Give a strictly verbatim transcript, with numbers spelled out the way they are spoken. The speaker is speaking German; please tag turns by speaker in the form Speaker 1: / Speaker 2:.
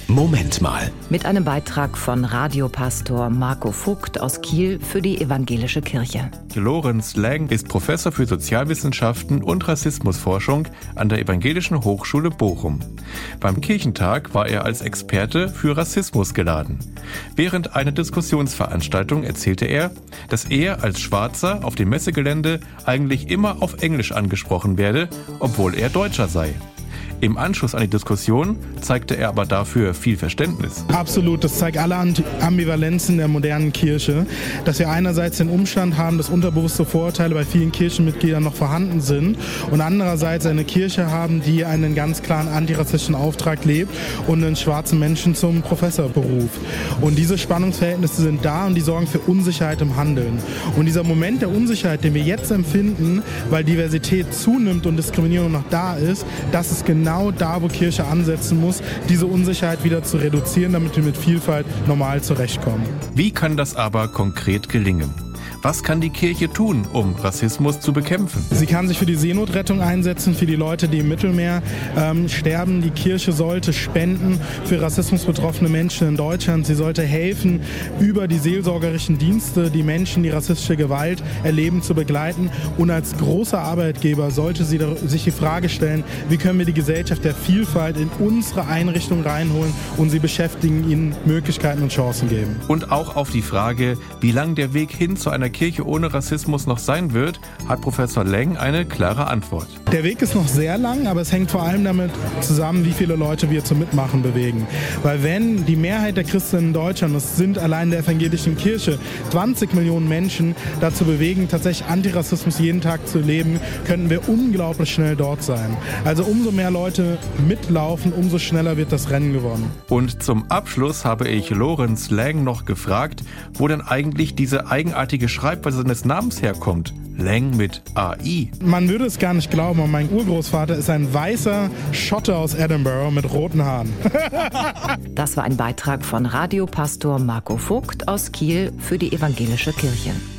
Speaker 1: Moment mal.
Speaker 2: Mit einem Beitrag von Radiopastor Marco Vogt aus Kiel für die Evangelische Kirche.
Speaker 3: Lorenz Lang ist Professor für Sozialwissenschaften und Rassismusforschung an der Evangelischen Hochschule Bochum. Beim Kirchentag war er als Experte für Rassismus geladen. Während einer Diskussionsveranstaltung erzählte er, dass er als Schwarzer auf dem Messegelände eigentlich immer auf Englisch angesprochen werde, obwohl er Deutscher sei. Im Anschluss an die Diskussion zeigte er aber dafür viel Verständnis.
Speaker 4: Absolut, das zeigt alle Ambivalenzen der modernen Kirche, dass wir einerseits den Umstand haben, dass unterbewusste Vorurteile bei vielen Kirchenmitgliedern noch vorhanden sind und andererseits eine Kirche haben, die einen ganz klaren antirassistischen Auftrag lebt und einen schwarzen Menschen zum Professor beruft. Und diese Spannungsverhältnisse sind da und die sorgen für Unsicherheit im Handeln. Und dieser Moment der Unsicherheit, den wir jetzt empfinden, weil Diversität zunimmt und Diskriminierung noch da ist, das ist genau Genau da, wo Kirche ansetzen muss, diese Unsicherheit wieder zu reduzieren, damit wir mit Vielfalt normal zurechtkommen.
Speaker 3: Wie kann das aber konkret gelingen? Was kann die Kirche tun, um Rassismus zu bekämpfen?
Speaker 4: Sie kann sich für die Seenotrettung einsetzen, für die Leute, die im Mittelmeer ähm, sterben. Die Kirche sollte spenden für rassismusbetroffene Menschen in Deutschland. Sie sollte helfen, über die seelsorgerischen Dienste die Menschen, die rassistische Gewalt erleben, zu begleiten. Und als großer Arbeitgeber sollte sie sich die Frage stellen, wie können wir die Gesellschaft der Vielfalt in unsere Einrichtung reinholen und sie beschäftigen, ihnen Möglichkeiten und Chancen geben.
Speaker 3: Und auch auf die Frage, wie lang der Weg hin zu einer Kirche ohne Rassismus noch sein wird, hat Professor Lang eine klare Antwort.
Speaker 4: Der Weg ist noch sehr lang, aber es hängt vor allem damit zusammen, wie viele Leute wir zum Mitmachen bewegen. Weil wenn die Mehrheit der Christen in Deutschland, das sind allein der evangelischen Kirche, zwanzig Millionen Menschen dazu bewegen, tatsächlich Antirassismus jeden Tag zu leben, könnten wir unglaublich schnell dort sein. Also umso mehr Leute mitlaufen, umso schneller wird das Rennen gewonnen.
Speaker 3: Und zum Abschluss habe ich Lorenz Lang noch gefragt, wo denn eigentlich diese eigenartige Schreibweise seines Namens herkommt. Lang mit A I.
Speaker 4: Man würde es gar nicht glauben, aber mein Urgroßvater ist ein weißer Schotte aus Edinburgh mit roten Haaren.
Speaker 2: Das war ein Beitrag von Radiopastor Marco Vogt aus Kiel für die Evangelische Kirche.